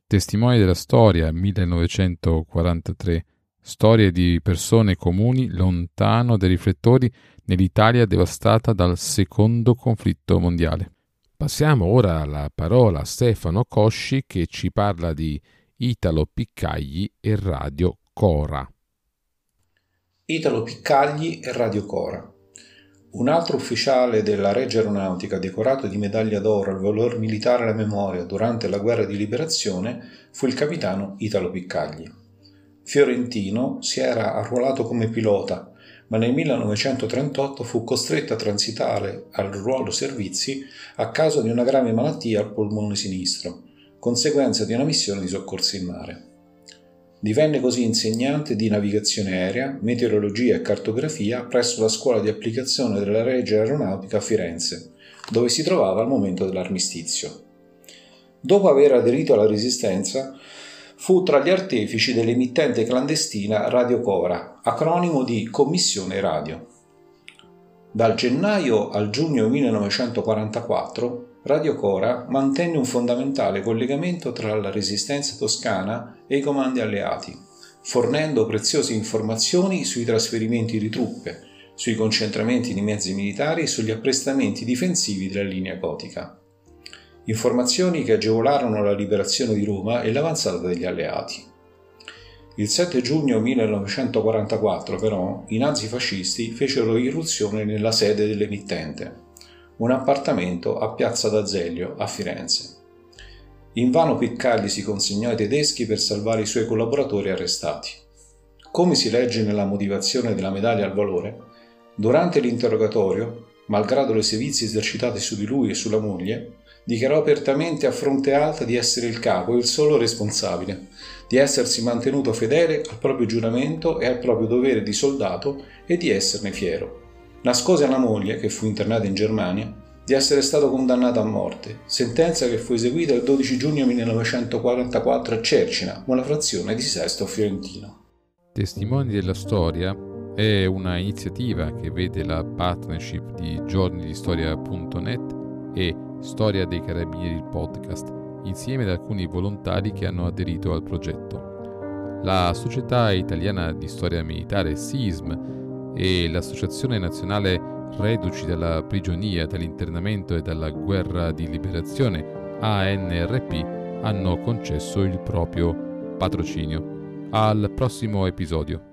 Testimoni della storia, 1943. Storie di persone comuni lontano dai riflettori nell'Italia devastata dal secondo conflitto mondiale. Passiamo ora la parola a Stefano Cosci che ci parla di Italo Piccagli e Radio Cora. Italo Piccagli e Radio Cora. Un altro ufficiale della Regia Aeronautica decorato di medaglia d'oro al valor militare alla memoria durante la guerra di liberazione fu il capitano Italo Piccagli. Fiorentino si era arruolato come pilota, ma nel 1938 fu costretto a transitare al ruolo servizi a causa di una grave malattia al polmone sinistro, conseguenza di una missione di soccorso in mare. Divenne così insegnante di navigazione aerea, meteorologia e cartografia presso la scuola di applicazione della Regia Aeronautica a Firenze, dove si trovava al momento dell'armistizio. Dopo aver aderito alla Resistenza, fu tra gli artefici dell'emittente clandestina Radio Cora, acronimo di Commissione Radio. Dal gennaio al giugno 1944, Radio Cora mantenne un fondamentale collegamento tra la Resistenza toscana e i comandi alleati, fornendo preziose informazioni sui trasferimenti di truppe, sui concentramenti di mezzi militari e sugli apprestamenti difensivi della linea gotica. Informazioni che agevolarono la liberazione di Roma e l'avanzata degli alleati. Il 7 giugno 1944, però, i nazifascisti fecero irruzione nella sede dell'emittente, un appartamento a Piazza d'Azeglio a Firenze. Invano Piccagli si consegnò ai tedeschi per salvare i suoi collaboratori arrestati. Come si legge nella motivazione della medaglia al valore, durante l'interrogatorio, malgrado le sevizie esercitate su di lui e sulla moglie, dichiarò apertamente a fronte alta di essere il capo e il solo responsabile, di essersi mantenuto fedele al proprio giuramento e al proprio dovere di soldato e di esserne fiero. Nascose alla moglie, che fu internata in Germania, di essere stato condannato a morte, sentenza che fu eseguita il 12 giugno 1944 a Cercina, una frazione di Sesto Fiorentino. Testimoni della storia è una iniziativa che vede la partnership di giornidistoria.net e Storia dei Carabinieri il podcast, insieme ad alcuni volontari che hanno aderito al progetto. La Società Italiana di Storia Militare SISM e l'Associazione Nazionale Reduci dalla Prigionia, dall'Internamento e dalla Guerra di Liberazione ANRP hanno concesso il proprio patrocinio. Al prossimo episodio.